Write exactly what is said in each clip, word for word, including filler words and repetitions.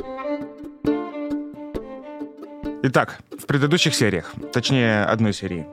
Итак, в предыдущих сериях, точнее, одной серии.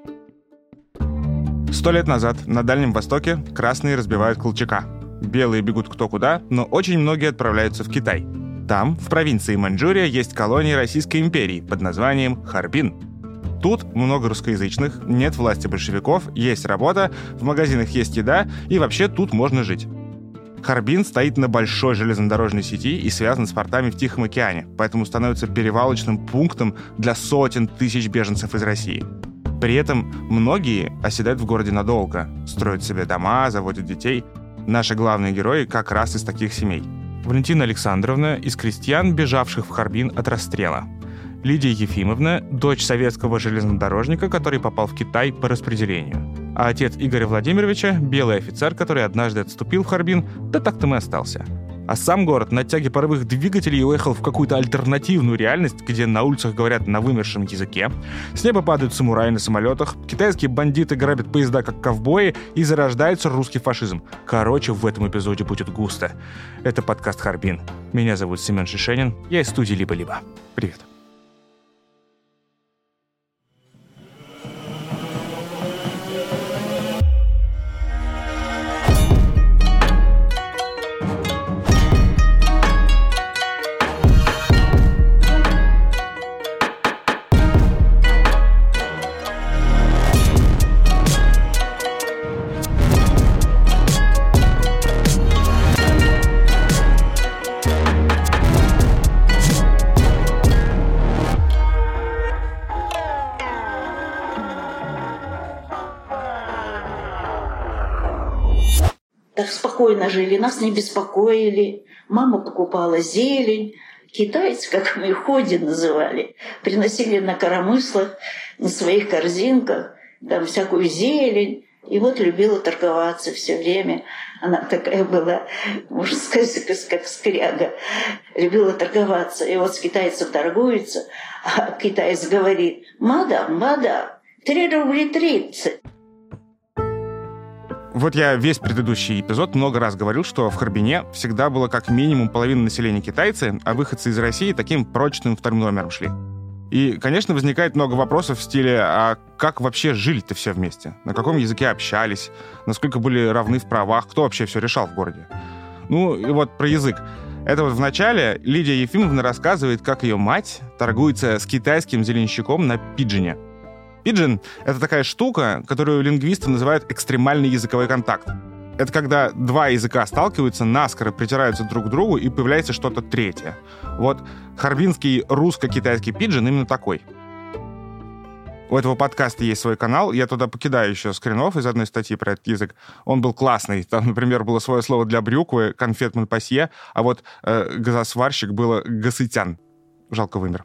Сто лет назад на Дальнем Востоке красные разбивают Колчака. Белые бегут кто куда, но очень многие отправляются в Китай. Там, в провинции Маньчжурия, есть колония Российской империи под названием Харбин. Тут много русскоязычных, нет власти большевиков, есть работа, в магазинах есть еда, и вообще тут можно жить. Харбин стоит на большой железнодорожной сети и связан с портами в Тихом океане, поэтому становится перевалочным пунктом для сотен тысяч беженцев из России. При этом многие оседают в городе надолго, строят себе дома, заводят детей. Наши главные герои как раз из таких семей. Валентина Александровна из крестьян, бежавших в Харбин от расстрела. Лидия Ефимовна – дочь советского железнодорожника, который попал в Китай по распределению. А отец Игоря Владимировича – белый офицер, который однажды отступил в Харбин, да так-то и остался. А сам город на тяге паровых двигателей уехал в какую-то альтернативную реальность, где на улицах говорят на вымершем языке, с неба падают самураи на самолетах, китайские бандиты грабят поезда как ковбои и зарождается русский фашизм. Короче, в этом эпизоде будет густо. Это подкаст «Харбин». Меня зовут Семен Шишенин, я из студии «Либо-либо». Привет. Так спокойно жили, нас не беспокоили. Мама покупала зелень. Китайцы, как мы их ходи называли, приносили на коромыслах, на своих корзинках там всякую зелень. И вот любила торговаться все время. Она такая была, можно сказать, как скряга. Любила торговаться. И вот с китайцем торгуется, а китаец говорит: «Мадам, мадам, три рубля тридцать». Вот я весь предыдущий эпизод много раз говорил, что в Харбине всегда было как минимум половина населения китайцы, а выходцы из России таким прочным вторым номером шли. И, конечно, возникает много вопросов в стиле: а как вообще жили-то все вместе? На каком языке общались? Насколько были равны в правах? Кто вообще все решал в городе? Ну, и вот про язык. Это вот в начале Лидия Ефимовна рассказывает, как ее мать торгуется с китайским зеленщиком на пиджине. Пиджин — это такая штука, которую лингвисты называют экстремальный языковой контакт. Это когда два языка сталкиваются, наскоро притираются друг к другу, и появляется что-то третье. Вот харбинский русско-китайский пиджин именно такой. У этого подкаста есть свой канал, я туда покидаю еще скринов из одной статьи про этот язык. Он был классный. Там, например, было свое слово для брюквы, конфет Монпасье, а вот э, газосварщик было гасытян. Жалко, вымер.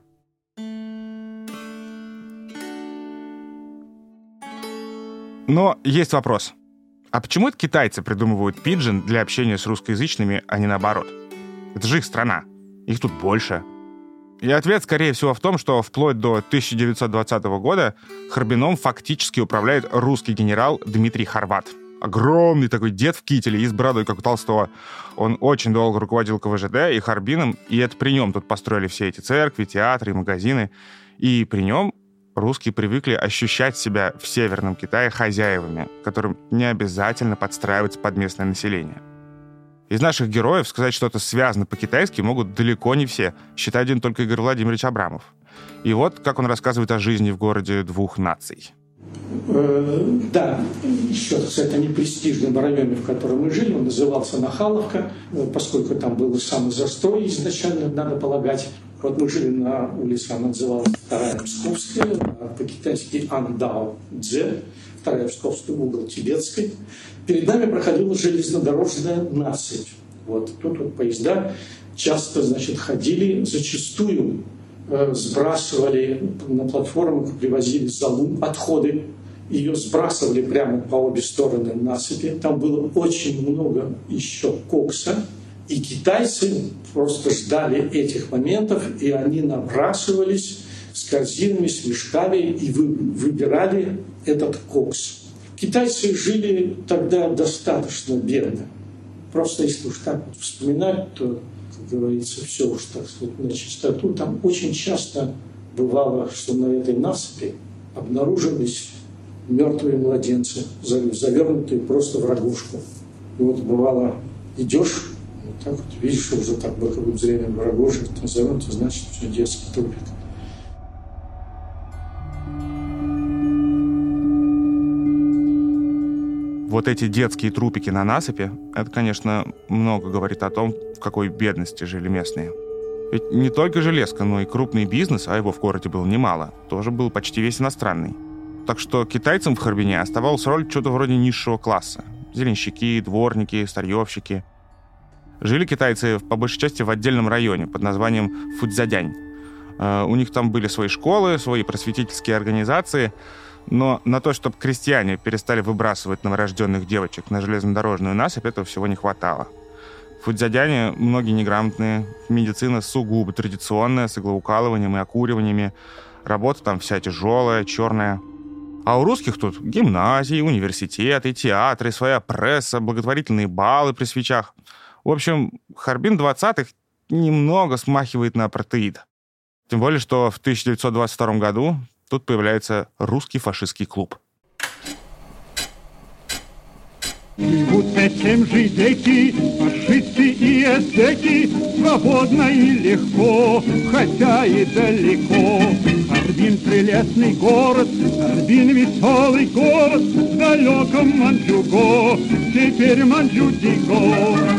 Но есть вопрос. А почему это китайцы придумывают пиджин для общения с русскоязычными, а не наоборот? Это же их страна. Их тут больше. И ответ, скорее всего, в том, что вплоть до тысяча девятьсот двадцатого года Харбином фактически управляет русский генерал Дмитрий Хорват. Огромный такой дед в кителе и с бородой, как у Толстого. Он очень долго руководил ка вэ жэ дэ и Харбином, и это при нем тут построили все эти церкви, театры и магазины. И при нем русские привыкли ощущать себя в Северном Китае хозяевами, которым не обязательно подстраиваться под местное население. Из наших героев сказать что-то связано по-китайски могут далеко не все, считай один только Игорь Владимирович Абрамов. И вот как он рассказывает о жизни в городе двух наций. Э, да, еще раз, это не престижном районе, в котором мы жили, он назывался Нахаловка, поскольку там был самый застой изначально, надо полагать. Вот мы жили на улице, она называлась Вторая Псковская, по-китайски Андао Дзе, Вторая Псковская, угол Тибетской. Перед нами проходила железнодорожная насыпь. Вот тут вот поезда часто, значит, ходили, зачастую э, сбрасывали на платформах, привозили золу, отходы, ее сбрасывали прямо по обе стороны насыпи. Там было очень много еще кокса. И китайцы просто ждали этих моментов, и они набрасывались с корзинами, с мешками и вы, выбирали этот кокс. Китайцы жили тогда достаточно бедно. просто если уж так вот вспоминать, то, как говорится, все уж так сказать на чистоту. Там очень часто бывало, что на этой насыпи обнаруживались мертвые младенцы, завернутые просто в рогожку. И вот бывало, идешь, вот так вот видишь, что уже так боковым зрением в рогожек завернуто, значит, все детский трупик. Вот эти детские трупики на насыпи, это, конечно, много говорит о том, в какой бедности жили местные. Ведь не только железка, но и крупный бизнес, а его в городе было немало, тоже был почти весь иностранный. Так что китайцам в Харбине оставалась роль что-то вроде низшего класса. Зеленщики, дворники, старьевщики. Жили китайцы по большей части в отдельном районе под названием Фуцзядянь. У них там были свои школы, свои просветительские организации, но на то, чтобы крестьяне перестали выбрасывать новорожденных девочек на железнодорожную насыпь, этого всего не хватало. В Фуцзядяне многие неграмотные, медицина сугубо традиционная, с иглоукалыванием и окуриваниями, работа там вся тяжелая, черная. А у русских тут гимназии, университеты, театры, своя пресса, благотворительные балы при свечах. В общем, Харбин двадцатых немного смахивает на апартеид. Тем более, что в тысяча девятьсот двадцать втором году тут появляется русский фашистский клуб. Живут совсем жидеки, фашисты и эсеки, свободно и легко, хотя и далеко. Харбин прелестный город, Харбин веселый город, в далеком Манчжуго, теперь Манчжу-Диго.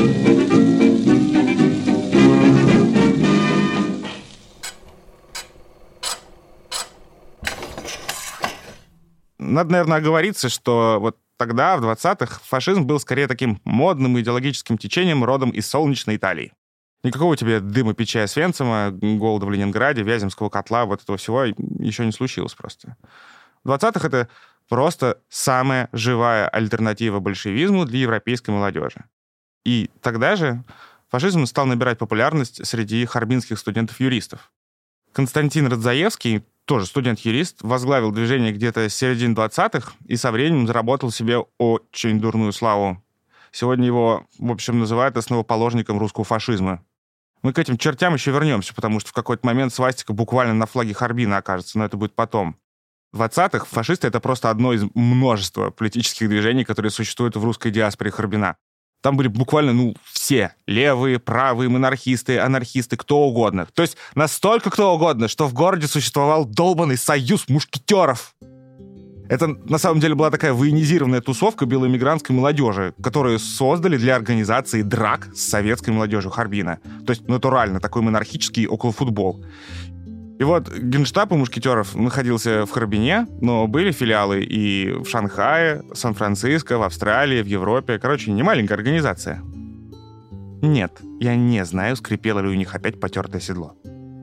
Надо, наверное, оговориться, что вот тогда, в двадцатых, фашизм был скорее таким модным идеологическим течением родом из солнечной Италии. Никакого тебе дыма печи Освенцима, голода в Ленинграде, Вяземского котла, вот этого всего еще не случилось просто. В двадцатых это просто самая живая альтернатива большевизму для европейской молодежи. И тогда же фашизм стал набирать популярность среди харбинских студентов-юристов. Константин Радзаевский, тоже студент-юрист, возглавил движение где-то с середины двадцатых и со временем заработал себе очень дурную славу. Сегодня его, в общем, называют основоположником русского фашизма. Мы к этим чертям еще вернемся, потому что в какой-то момент свастика буквально на флаге Харбина окажется, но это будет потом. В двадцатых фашисты — это просто одно из множества политических движений, которые существуют в русской диаспоре Харбина. Там были буквально, ну, все. Левые, правые, монархисты, анархисты, кто угодно. То есть настолько кто угодно, что в городе существовал долбанный союз мушкетеров. Это, на самом деле, была такая военизированная тусовка белоэмигрантской молодежи, которую создали для организации драк с советской молодежью Харбина. То есть натурально такой монархический околофутбол. И вот генштаб у мушкетеров находился в Харбине, но были филиалы и в Шанхае, Сан-Франциско, в Австралии, в Европе. Короче, не маленькая организация. Нет, я не знаю, скрипело ли у них опять потертое седло.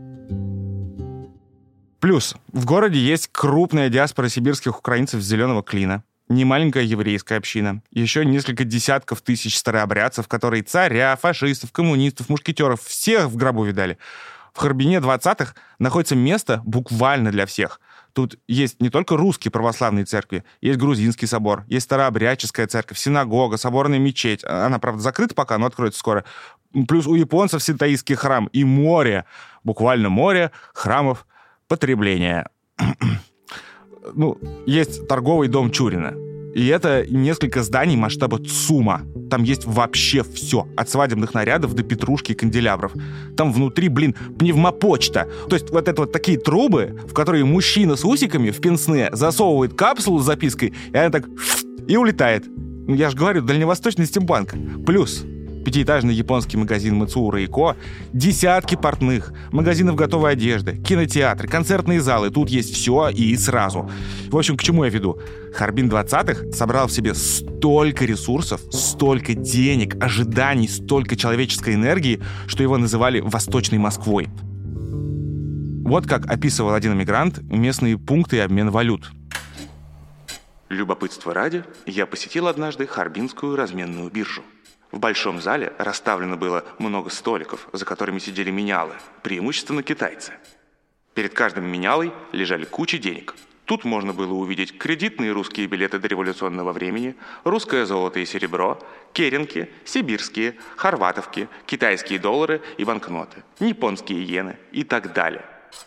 Плюс в городе есть крупная диаспора сибирских украинцев с Зеленого Клина, немаленькая еврейская община, еще несколько десятков тысяч старообрядцев, которые царя, фашистов, коммунистов, мушкетеров всех в гробу видали. В Харбине двадцатых находится место буквально для всех. Тут есть не только русские православные церкви, есть грузинский собор, есть старообрядческая церковь, синагога, соборная мечеть. Она, правда, закрыта пока, но откроется скоро. Плюс у японцев синтоистский храм и море, буквально море храмов потребления. Ну, есть торговый дом Чурина. И это несколько зданий масштаба ЦУМа. Там есть вообще все. От свадебных нарядов до петрушки и канделябров. Там внутри, блин, пневмопочта. То есть вот это вот такие трубы, в которые мужчина с усиками в пенсне засовывает капсулу с запиской, и она так и улетает. Я же говорю, дальневосточный стимпанк. Плюс пятиэтажный японский магазин Мацуура и Ко, десятки портных, магазинов готовой одежды, кинотеатры, концертные залы. Тут есть все и сразу. В общем, к чему я веду? Харбин двадцатых собрал в себе столько ресурсов, столько денег, ожиданий, столько человеческой энергии, что его называли «Восточной Москвой». Вот как описывал один эмигрант местные пункты обмена валют. Любопытство ради, я посетил однажды Харбинскую разменную биржу. В большом зале расставлено было много столиков, за которыми сидели менялы, преимущественно китайцы. Перед каждым менялой лежали кучи денег. Тут можно было увидеть кредитные русские билеты дореволюционного времени, русское золото и серебро, керенки, сибирские, хорватовки, китайские доллары и банкноты, японские иены и так далее.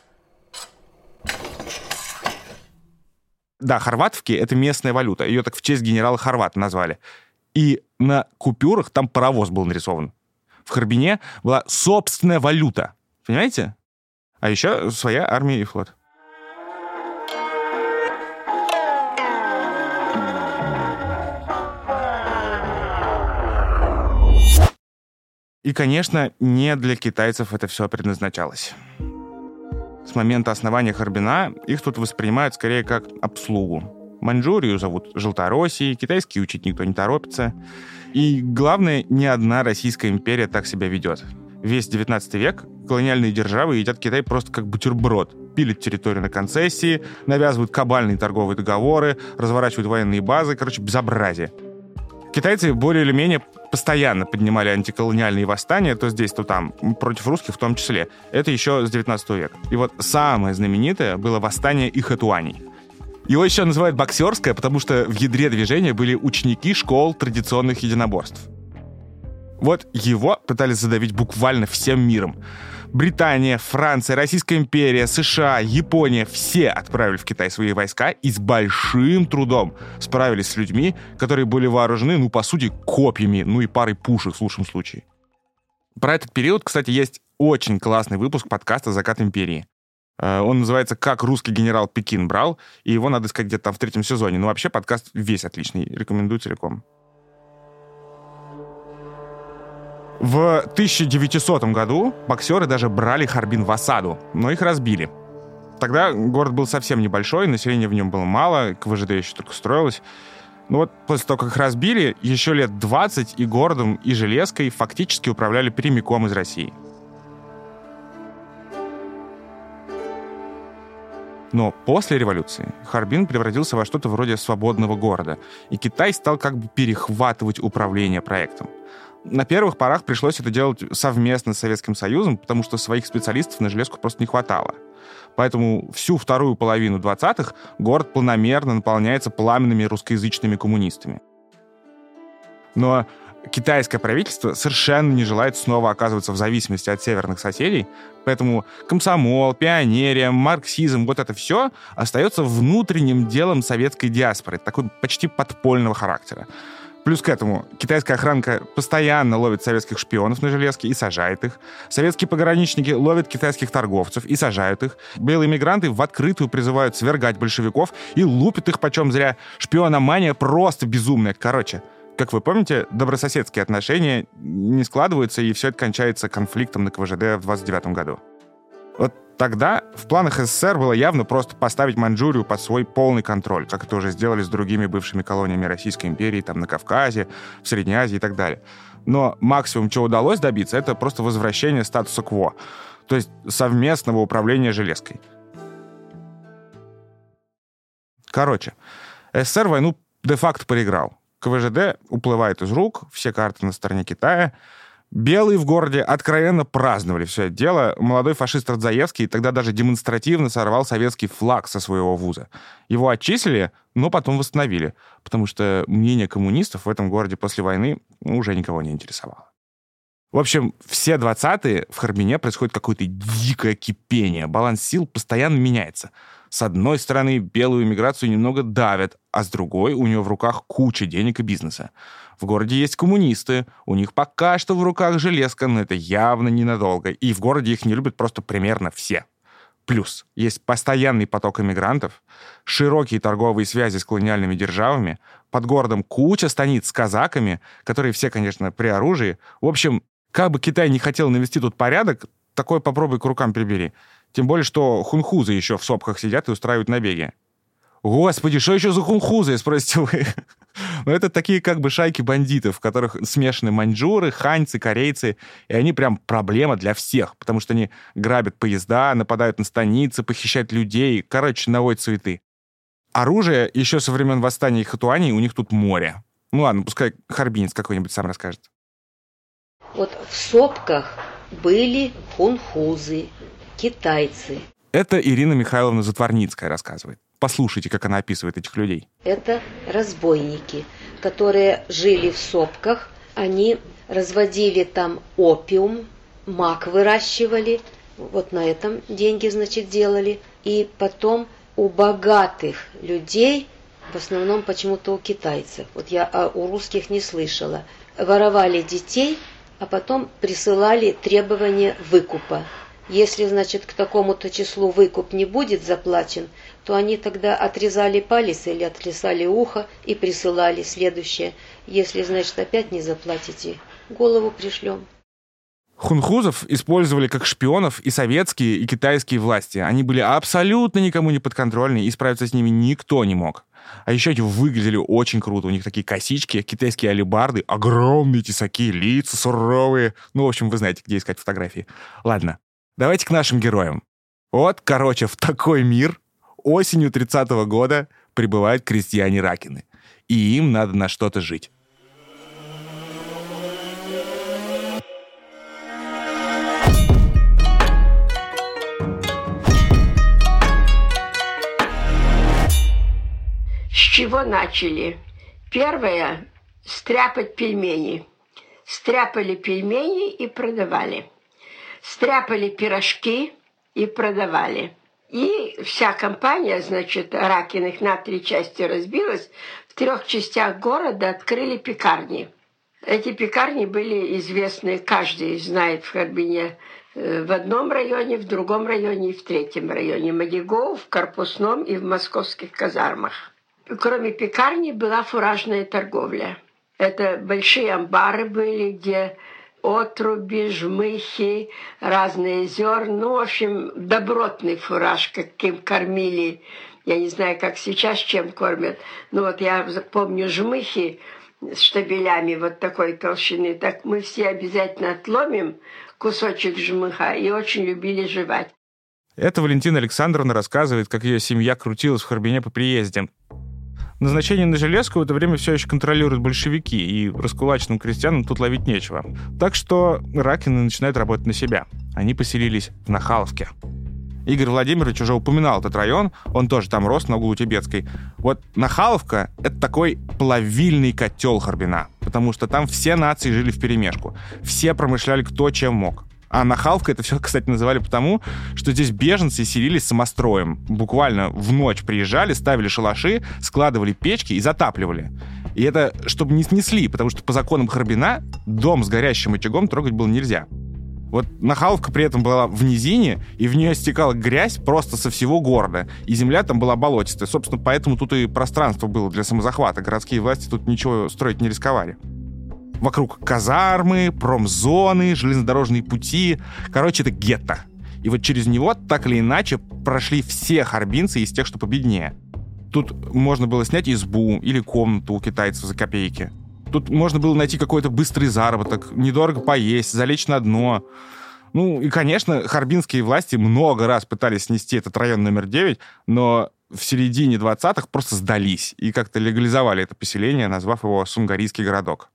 Да, хорватовки — это местная валюта. Ее так в честь генерала Хорвата назвали. И на купюрах там паровоз был нарисован. В Харбине была собственная валюта. Понимаете? А еще своя армия и флот. И, конечно, не для китайцев это все предназначалось. С момента основания Харбина их тут воспринимают скорее как обслугу. Маньчжурию зовут Желтороссией, китайский учить никто не торопится. И главное, ни одна Российская империя так себя ведет. Весь девятнадцатый век колониальные державы едят Китай просто как бутерброд. Пилят территорию на концессии, навязывают кабальные торговые договоры, разворачивают военные базы. Короче, безобразие. Китайцы более или менее постоянно поднимали антиколониальные восстания, то здесь, то там, против русских в том числе. Это еще с девятнадцатого века. И вот самое знаменитое было восстание ихэтуаней. Его еще называют боксерское, потому что в ядре движения были ученики школ традиционных единоборств. Вот его пытались задавить буквально всем миром. Британия, Франция, Российская империя, США, Япония — все отправили в Китай свои войска и с большим трудом справились с людьми, которые были вооружены, ну, по сути, копьями, ну и парой пушек в лучшем случае. Про этот период, кстати, есть очень классный выпуск подкаста «Закат империи». Он называется «Как русский генерал Пекин брал», и его надо искать где-то там в третьем сезоне. Но вообще подкаст весь отличный, рекомендую целиком. В тысяча девятисотом году боксеры даже брали Харбин в осаду, но их разбили. Тогда город был совсем небольшой, населения в нем было мало, КВЖД еще только строилось. Но вот после того, как их разбили, еще лет двадцать и городом, и железкой фактически управляли прямиком из России. Но после революции Харбин превратился во что-то вроде свободного города, и Китай стал как бы перехватывать управление проектом. На первых порах пришлось это делать совместно с Советским Союзом, потому что своих специалистов на железку просто не хватало. Поэтому всю вторую половину двадцатых город планомерно наполняется пламенными русскоязычными коммунистами. Но китайское правительство совершенно не желает снова оказываться в зависимости от северных соседей, поэтому комсомол, пионерия, марксизм, вот это все остается внутренним делом советской диаспоры, такой почти подпольного характера. Плюс к этому китайская охранка постоянно ловит советских шпионов на железке и сажает их. Советские пограничники ловят китайских торговцев и сажают их. Белые мигранты в открытую призывают свергать большевиков и лупят их почем зря. Шпиономания просто безумная. Короче, как вы помните, добрососедские отношения не складываются, и все это кончается конфликтом на КВЖД в двадцать девятом году. Вот тогда в планах СССР было явно просто поставить Маньчжурию под свой полный контроль, как это уже сделали с другими бывшими колониями Российской империи, там на Кавказе, в Средней Азии и так далее. Но максимум, чего удалось добиться, это просто возвращение статуса кво, то есть совместного управления железкой. Короче, СССР войну де-факто проиграл. КВЖД уплывает из рук, все карты на стороне Китая. Белые в городе откровенно праздновали все это дело. Молодой фашист Радзаевский тогда даже демонстративно сорвал советский флаг со своего вуза. Его отчислили, но потом восстановили, потому что мнение коммунистов в этом городе после войны уже никого не интересовало. В общем, все двадцатые в Харбине происходит какое-то дикое кипение. Баланс сил постоянно меняется. С одной стороны, белую миграцию немного давят, а с другой у него в руках куча денег и бизнеса. В городе есть коммунисты, у них пока что в руках железка, но это явно ненадолго. И в городе их не любят просто примерно все. Плюс есть постоянный поток иммигрантов, широкие торговые связи с колониальными державами, под городом куча станиц с казаками, которые все, конечно, при оружии. В общем, как бы Китай не хотел навести тут порядок, такое попробуй к рукам прибери. Тем более, что хунхузы еще в сопках сидят и устраивают набеги. Господи, что еще за хунхузы, спросите вы? Ну, это такие как бы шайки бандитов, в которых смешаны маньчжуры, ханьцы, корейцы, и они прям проблема для всех, потому что они грабят поезда, нападают на станицы, похищают людей, короче, наводят суеты. Оружие еще со времен восстания ихэтуаней у них тут море. Ну ладно, пускай харбинец какой-нибудь сам расскажет. Вот в сопках были хунхузы, китайцы. Это Ирина Михайловна Затворницкая рассказывает. послушайте, как она описывает этих людей. Это разбойники, которые жили в сопках. Они разводили там опиум, мак выращивали. Вот на этом деньги, значит, делали. И потом у богатых людей, в основном почему-то у китайцев, вот я а у русских не слышала, воровали детей, а потом присылали требования выкупа. Если, значит, к такому-то числу выкуп не будет заплачен, то они тогда отрезали палец или отрезали ухо и присылали следующее. Если, значит, опять не заплатите, голову пришлем. Хунхузов использовали как шпионов и советские, и китайские власти. Они были абсолютно никому не подконтрольны, и справиться с ними никто не мог. А еще эти выглядели очень круто. У них такие косички, китайские алебарды, огромные тесаки, лица суровые. Ну, в общем, вы знаете, где искать фотографии. Ладно, давайте к нашим героям. Вот, короче, в такой мир осенью тридцатого года прибывают крестьяне Ракины. И им надо на что-то жить. С чего начали? Первое – стряпать пельмени. Стряпали пельмени и продавали. Стряпали пирожки и продавали. И вся компания, значит, Ракиных на три части разбилась. В трех частях города открыли пекарни. Эти пекарни были известны, каждый знает в Харбине, в одном районе, в другом районе и в третьем районе. Мадигоу, в Корпусном и в московских казармах. Кроме пекарни была фуражная торговля. Это большие амбары были, где отруби, жмыхи, разные зерна. Ну, в общем, добротный фураж, каким кормили. Я не знаю, как сейчас чем кормят. Но вот я помню жмыхи с штабелями вот такой толщины. Так мы все обязательно отломим кусочек жмыха и очень любили жевать. Это Валентина Александровна рассказывает, как ее семья крутилась в Харбине по приезде. Назначение на железку в это время все еще контролируют большевики, и раскулаченным крестьянам тут ловить нечего. Так что Ракины начинают работать на себя. Они поселились в Нахаловке. Игорь Владимирович уже упоминал этот район, он тоже там рос, на углу Тибетской. Вот Нахаловка — это такой плавильный котел Харбина, потому что там все нации жили вперемешку. Все промышляли кто чем мог. А Нахаловка это все, кстати, называли потому, что здесь беженцы селились самостроем. Буквально в ночь приезжали, ставили шалаши, складывали печки и затапливали. И это чтобы не снесли, потому что по законам Харбина дом с горящим очагом трогать было нельзя. Вот Нахаловка при этом была в низине, и в нее стекала грязь просто со всего города. И земля там была болотистая. Собственно, поэтому тут и пространство было для самозахвата. Городские власти тут ничего строить не рисковали. Вокруг казармы, промзоны, железнодорожные пути. Короче, это гетто. И вот через него так или иначе прошли все харбинцы из тех, что победнее. Тут можно было снять избу или комнату у китайцев за копейки. Тут можно было найти какой-то быстрый заработок, недорого поесть, залечь на дно. Ну и, конечно, харбинские власти много раз пытались снести этот район номер девять, но в середине двадцатых просто сдались и как-то легализовали это поселение, назвав его Сунгарийский городок.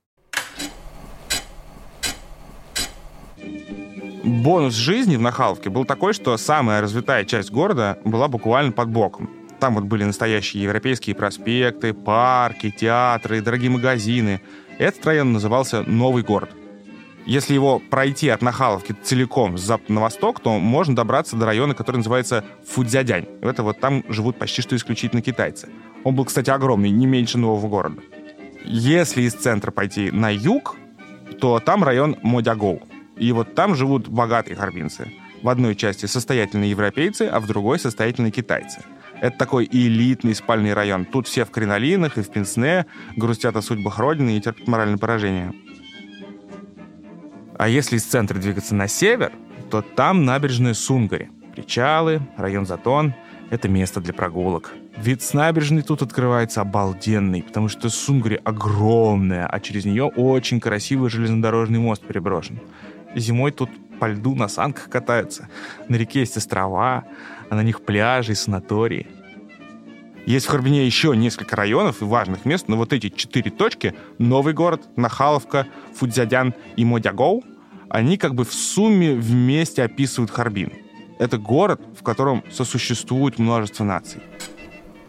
Бонус жизни в Нахаловке был такой, что самая развитая часть города была буквально под боком. Там вот были настоящие европейские проспекты, парки, театры, дорогие магазины. Этот район назывался Новый город. Если его пройти от Нахаловки целиком с запада на восток, то можно добраться до района, который называется Фудзядянь. Это вот там живут почти что исключительно китайцы. Он был, кстати, огромный, не меньше нового города. Если из центра пойти на юг, то там район Модягоу. И вот там живут богатые харбинцы. В одной части состоятельные европейцы, а в другой состоятельные китайцы. Это такой элитный спальный район. Тут все в кринолинах и в пенсне, грустят о судьбах Родины и терпят моральное поражение. А если из центра двигаться на север, то там набережная Сунгари. Причалы, район Затон — это место для прогулок. Вид с набережной тут открывается обалденный, потому что Сунгари огромная, а через нее очень красивый железнодорожный мост переброшен. Зимой тут по льду на санках катаются. На реке есть острова, а на них пляжи и санатории. Есть в Харбине еще несколько районов и важных мест, но вот эти четыре точки — Новый город, Нахаловка, Фудзядян и Модягоу — они как бы в сумме вместе описывают Харбин. Это город, в котором сосуществует множество наций.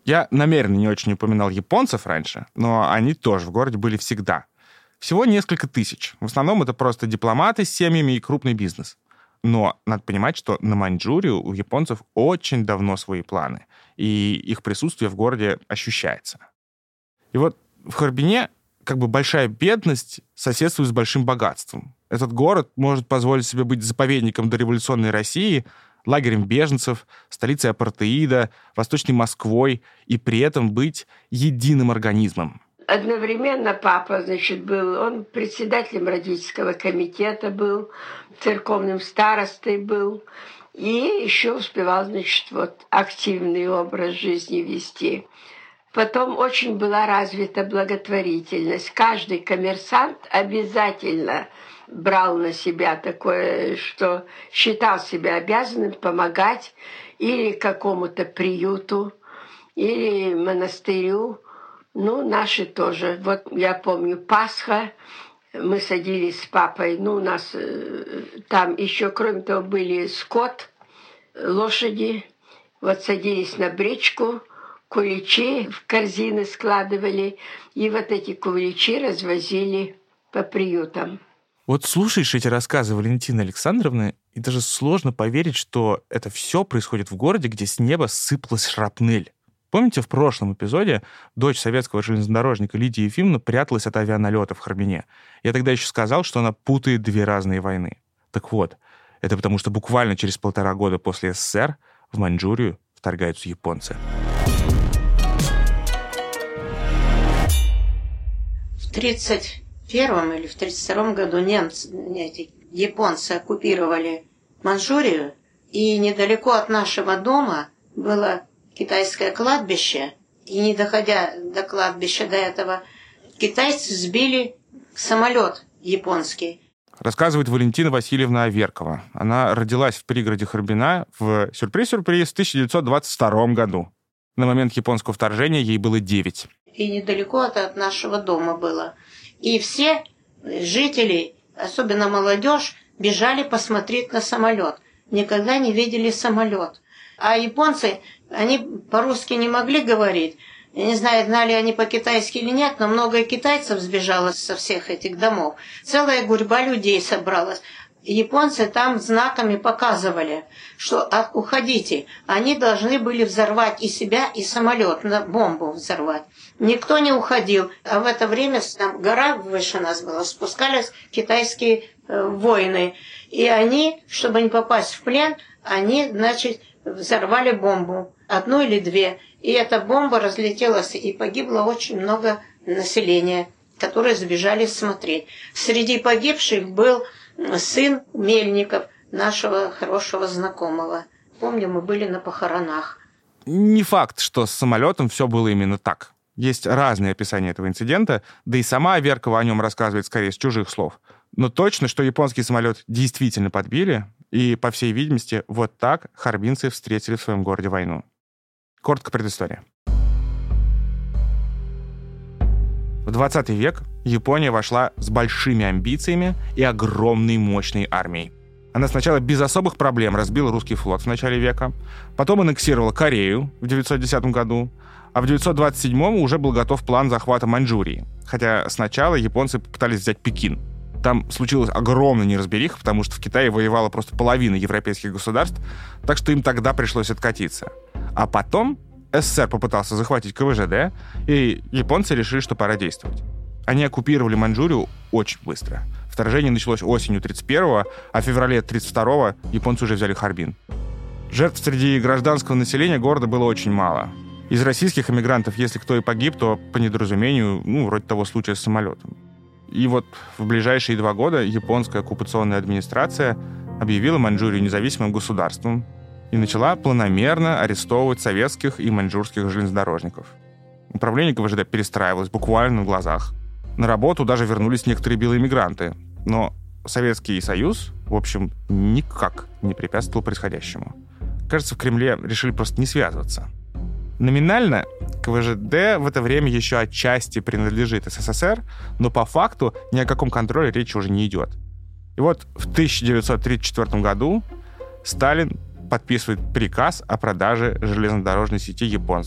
Я намеренно не очень упоминал японцев раньше, но они тоже в городе были всегда. Всего несколько тысяч. В основном это просто дипломаты с семьями и крупный бизнес. Но надо понимать, что на Маньчжурию у японцев очень давно свои планы, и их присутствие в городе ощущается. И вот в Харбине как бы большая бедность соседствует с большим богатством. Этот город может позволить себе быть заповедником дореволюционной России, лагерем беженцев, столицей апартеида, Восточной Москвой, и при этом быть единым организмом. Одновременно папа, значит, был, он председателем родительского комитета был, церковным старостой был, и еще успевал, значит, вот активный образ жизни вести. Потом очень была развита благотворительность. Каждый коммерсант обязательно брал на себя такое, что считал себя обязанным помогать или какому-то приюту, или монастырю. Ну, наши тоже. Вот я помню, Пасха, мы садились с папой, ну, у нас э, там еще, кроме того, были скот, лошади. Вот садились на бричку, куличи в корзины складывали, и вот эти куличи развозили по приютам. Вот слушаешь эти рассказы Валентины Александровны, и даже сложно поверить, что это все происходит в городе, где с неба сыпалась шрапнель. Помните, в прошлом эпизоде дочь советского железнодорожника Лидия Ефимовна пряталась от авианалета в Харбине? Я тогда еще сказал, что она путает две разные войны. Так вот, это потому что буквально через полтора года после СССР в Маньчжурию вторгаются японцы. В тридцать первом или в тридцать втором году немцы, эти японцы оккупировали Маньчжурию, и недалеко от нашего дома было китайское кладбище, и не доходя до кладбища до этого, китайцы сбили самолет японский. Рассказывает Валентина Васильевна Аверкова. Она родилась в пригороде Харбина в, сюрприз-сюрприз, в тысяча девятьсот двадцать втором году. На момент японского вторжения ей было девять. И недалеко это от нашего дома было. И все жители, особенно молодежь, бежали посмотреть на самолет. Никогда не видели самолет. А японцы, они по-русски не могли говорить. Я не знаю, знали они по-китайски или нет, но много китайцев сбежало со всех этих домов. Целая гурьба людей собралась. Японцы там знаками показывали, что уходите. Они должны были взорвать и себя, и самолет, на бомбу взорвать. Никто не уходил. А в это время там гора выше нас была, спускались китайские э, воины. И они, чтобы не попасть в плен, они, значит, взорвали бомбу. Одну или две. И эта бомба разлетелась, и погибло очень много населения, которые сбежали смотреть. Среди погибших был сын Мельников, нашего хорошего знакомого. Помню, мы были на похоронах. Не факт, что с самолетом все было именно так. Есть разные описания этого инцидента, да и сама Аверкова о нем рассказывает скорее с чужих слов. Но точно, что японский самолет действительно подбили, и, по всей видимости, вот так харбинцы встретили в своем городе войну. Коротко предыстория. В двадцатый век Япония вошла с большими амбициями и огромной мощной армией. Она сначала без особых проблем разбила русский флот в начале века, потом аннексировала Корею в девятьсот десятом году, а в девятьсот двадцать седьмом уже был готов план захвата Маньчжурии. Хотя сначала японцы попытались взять Пекин. Там случилась огромная неразбериха, потому что в Китае воевала просто половина европейских государств, так что им тогда пришлось откатиться. А потом СССР попытался захватить ка вэ жэ дэ, и японцы решили, что пора действовать. Они оккупировали Маньчжурию очень быстро. Вторжение началось осенью тридцать первого, а в феврале тридцать второго японцы уже взяли Харбин. Жертв среди гражданского населения города было очень мало. Из российских эмигрантов, если кто и погиб, то по недоразумению, ну, вроде того случая с самолетом. И вот в ближайшие два года японская оккупационная администрация объявила Маньчжурию независимым государством и начала планомерно арестовывать советских и маньчжурских железнодорожников. Управление ка вэ жэ дэ перестраивалось буквально на глазах. На работу даже вернулись некоторые белые мигранты. Но Советский Союз, в общем, никак не препятствовал происходящему. Кажется, в Кремле решили просто не связываться. Номинально ка вэ жэ дэ в это время еще отчасти принадлежит эс эс эс эр, но по факту ни о каком контроле речи уже не идет. И вот в тысяча девятьсот тридцать четвёртом году Сталин подписывает приказ о продаже железнодорожной сети японцам.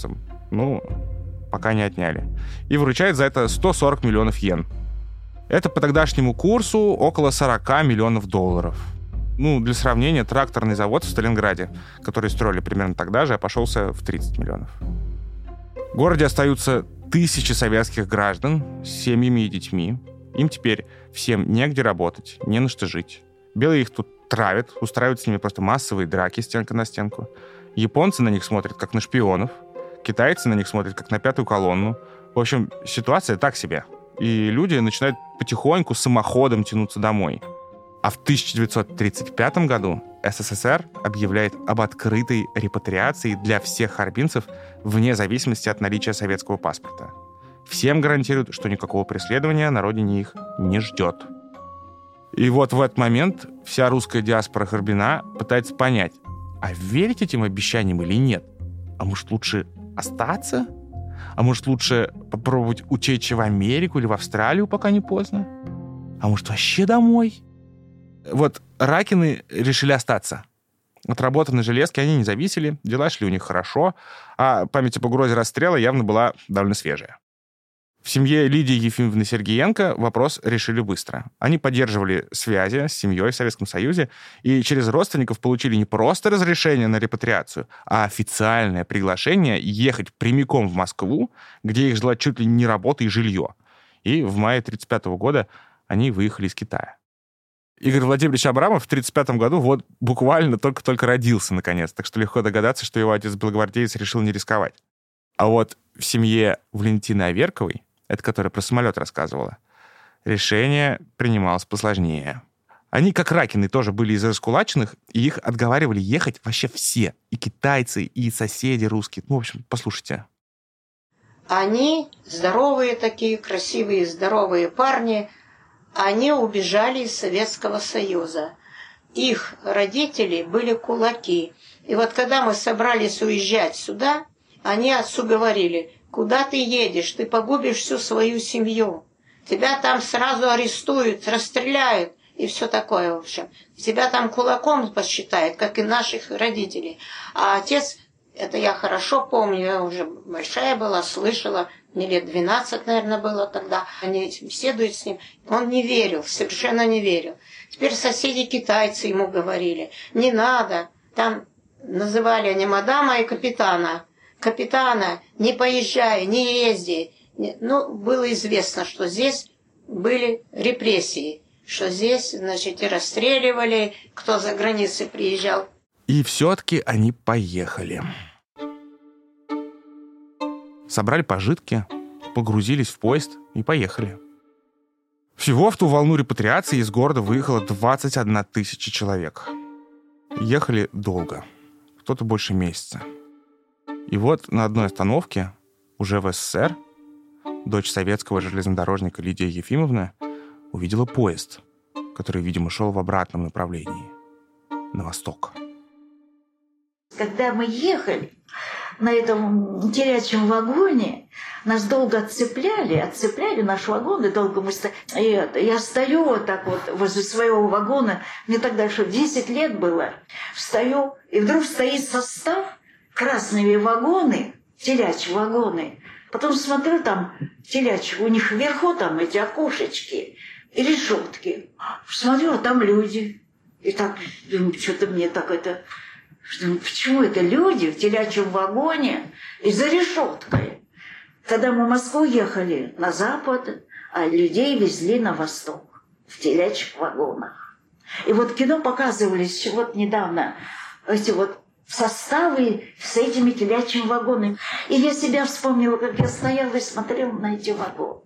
Ну, пока не отняли. И вручает за это сто сорок миллионов йен. Это по тогдашнему курсу около сорок миллионов долларов. Ну, для сравнения, тракторный завод в Сталинграде, который строили примерно тогда же, обошелся в тридцать миллионов. В городе остаются тысячи советских граждан с семьями и детьми. Им теперь всем негде работать, не на что жить. Белые их тут травят, устраивают с ними просто массовые драки стенка на стенку. Японцы на них смотрят как на шпионов. Китайцы на них смотрят как на пятую колонну. В общем, ситуация так себе. И люди начинают потихоньку самоходом тянуться домой. А в тысяча девятьсот тридцать пятом году СССР объявляет об открытой репатриации для всех харбинцев вне зависимости от наличия советского паспорта. Всем гарантируют, что никакого преследования на родине их не ждет. И вот в этот момент вся русская диаспора Харбина пытается понять, а верить этим обещаниям или нет? А может, лучше остаться? А может, лучше попробовать утечь в Америку или в Австралию, пока не поздно? А может, вообще домой? Вот Ракины решили остаться. От работы на железке они не зависели, дела шли у них хорошо, а память об угрозе расстрела явно была довольно свежая. В семье Лидии Ефимовны Сергеенко вопрос решили быстро. Они поддерживали связи с семьей в Советском Союзе и через родственников получили не просто разрешение на репатриацию, а официальное приглашение ехать прямиком в Москву, где их ждала чуть ли не работа и жилье. И в мае тридцать пятого года они выехали из Китая. Игорь Владимирович Абрамов в тридцать пятом году вот буквально только-только родился, наконец, так что легко догадаться, что его отец-белогвардеец решил не рисковать. А вот в семье Валентины Аверковой, это которая про самолет рассказывала, решение принималось посложнее. Они, как Ракины, тоже были из раскулаченных, и их отговаривали ехать вообще все. И китайцы, и соседи русские. Ну, в общем, послушайте. Они, здоровые такие, красивые, здоровые парни, они убежали из Советского Союза. Их родители были кулаки. И вот когда мы собрались уезжать сюда, они отцу говорили: куда ты едешь, ты погубишь всю свою семью. Тебя там сразу арестуют, расстреляют и все такое, в общем. Тебя там кулаком посчитают, как и наших родителей. А отец, это я хорошо помню, я уже большая была, слышала, мне лет двенадцать, наверное, было тогда. Они беседуют с ним. Он не верил, совершенно не верил. Теперь соседи-китайцы ему говорили: не надо. Там называли они мадама и капитана. Капитана, не поезжай, не езди. Ну, было известно, что здесь были репрессии, что здесь, значит, и расстреливали, кто за границей приезжал. И все-таки они поехали. Собрали пожитки, погрузились в поезд и поехали. Всего в ту волну репатриации из города выехало двадцать одна тысяча человек. Ехали долго, кто-то больше месяца. И вот на одной остановке, уже в СССР, дочь советского железнодорожника Лидия Ефимовна увидела поезд, который, видимо, шел в обратном направлении, на восток. Когда мы ехали на этом телячьем вагоне, нас долго отцепляли, отцепляли наш вагон, и долго мы стояли. Я стою вот так вот возле своего вагона, мне тогда еще десять лет было, встаю, и вдруг стоит состав, красные вагоны, телячьи вагоны. Потом смотрю, там телячьи, у них вверху там эти окошечки и решетки. Смотрю, а там люди. И так, думаю, что-то мне так это... Почему это люди в телячьем вагоне и за решеткой? Когда мы в Москву ехали на запад, а людей везли на восток в телячьих вагонах. И вот кино показывались вот недавно эти вот составы с этими телячьими вагонами. И я себя вспомнила, как я стояла и смотрела на эти вагоны.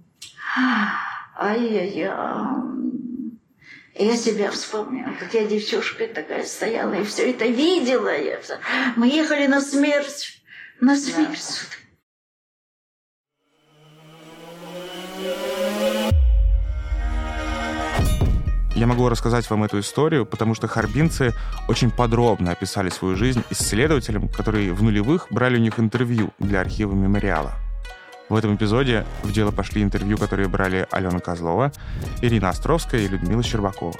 Ай-яй-яй. Я себя вспомнила, как я девчушка такая стояла и все это видела. Я... Мы ехали на смерть, на смерть. Я могу рассказать вам эту историю, потому что харбинцы очень подробно описали свою жизнь исследователям, которые в нулевых брали у них интервью для архива «Мемориала». В этом эпизоде в дело пошли интервью, которые брали Алена Козлова, Ирина Островская и Людмила Щербакова.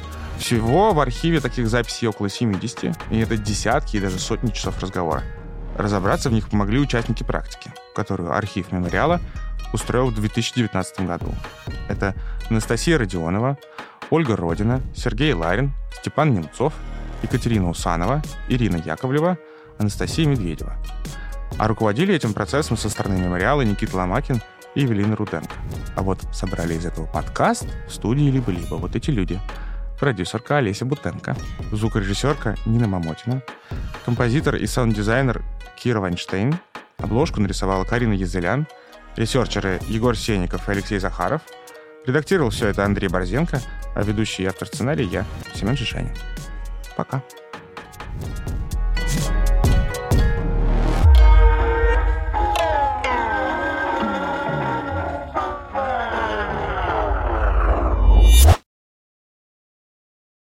Всего в архиве таких записей около семидесяти, и это десятки и даже сотни часов разговора. Разобраться в них помогли участники практики, которую архив мемориала устроил в две тысячи девятнадцатом году. Это Анастасия Родионова, Ольга Родина, Сергей Ларин, Степан Немцов, Екатерина Усанова, Ирина Яковлева, Анастасия Медведева. А руководили этим процессом со стороны мемориала Никита Ломакин и Евелина Руденко. А вот собрали из этого подкаст в студии «Либо-либо» вот эти люди. Продюсерка Олеся Бутенко, звукорежиссерка Нина Мамотина, композитор и саунд-дизайнер Кира Вайнштейн, обложку нарисовала Карина Езелян, ресерчеры Егор Сенников и Алексей Захаров, редактировал все это Андрей Борзенко, а ведущий и автор сценария я, Семен Шишанин. Пока.